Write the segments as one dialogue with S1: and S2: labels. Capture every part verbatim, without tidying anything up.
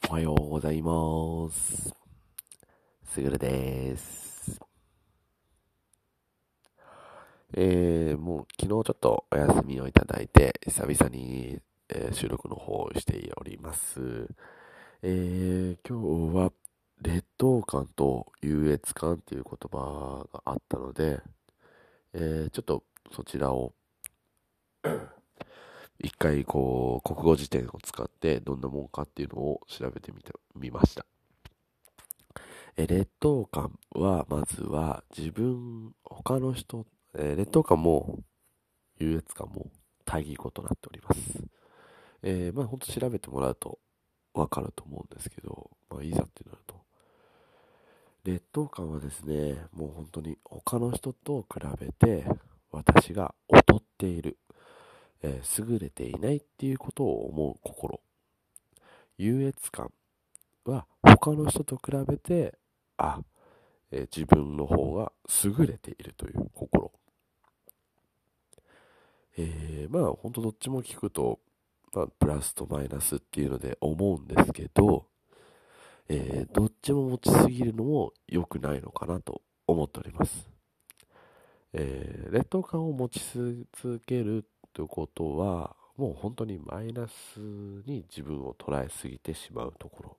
S1: おはようございます。すぐるです。えー、もう昨日ちょっとお休みをいただいて、久々に、えー収録の方をしております。えー、今日は劣等感と優越感っていう言葉があったので、えー、ちょっとそちらを一回こう、国語辞典を使ってどんなもんかっていうのを調べてみてみました。えー劣等感は、まずは自分、他の人、えー劣等感も優越感も対義語となっております。えー、まあ本当調べてもらうとわかると思うんですけど、まあいざってなると。劣等感はですね、もう本当に他の人と比べて私が劣っている、えー優れていないっていうことを思う心。優越感は他の人と比べて、あ、えー自分の方が優れているという心。えー、まあ本当どっちも聞くと、まあ、プラスとマイナスっていうので思うんですけど、えー、どっちも持ちすぎるのも良くないのかなと思っております。えー、劣等感を持ち続けるということは、もう本当にマイナスに自分を捉えすぎてしまうところ。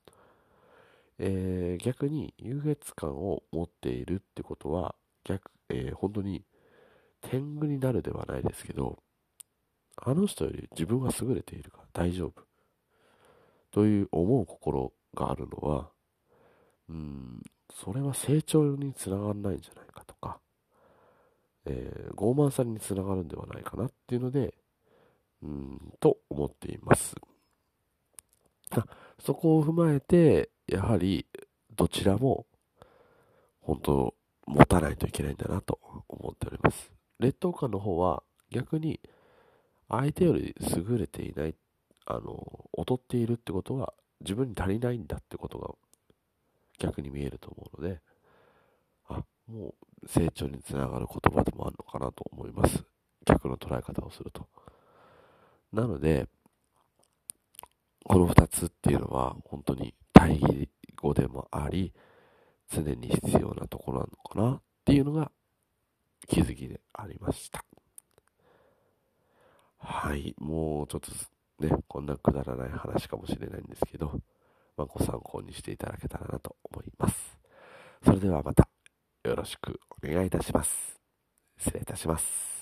S1: えー、逆に優越感を持っているってことは、逆、えー、本当に天狗になるではないですけど、あの人より自分が優れているから大丈夫という思う心があるのは、うーん、それは成長につながらないんじゃないかとか、えー傲慢さにつながるんではないかなっていうので、うーん、と思っています。あそこを踏まえて、やはりどちらも本当持たないといけないんだなと思っております。劣等感の方は逆に相手より優れていない、あの、劣っているってことは自分に足りないんだってことが逆に見えると思うので、あ、もう成長につながる言葉でもあるのかなと思います。逆の捉え方をすると。なので、この二つっていうのは本当に対義語でもあり、常に必要なところなのかなっていうのが気づきでありました。はい、もうちょっとね、こんなくだらない話かもしれないんですけど、まあ、ご参考にしていただけたらなと思います。それではまたよろしくお願いいたします。失礼いたします。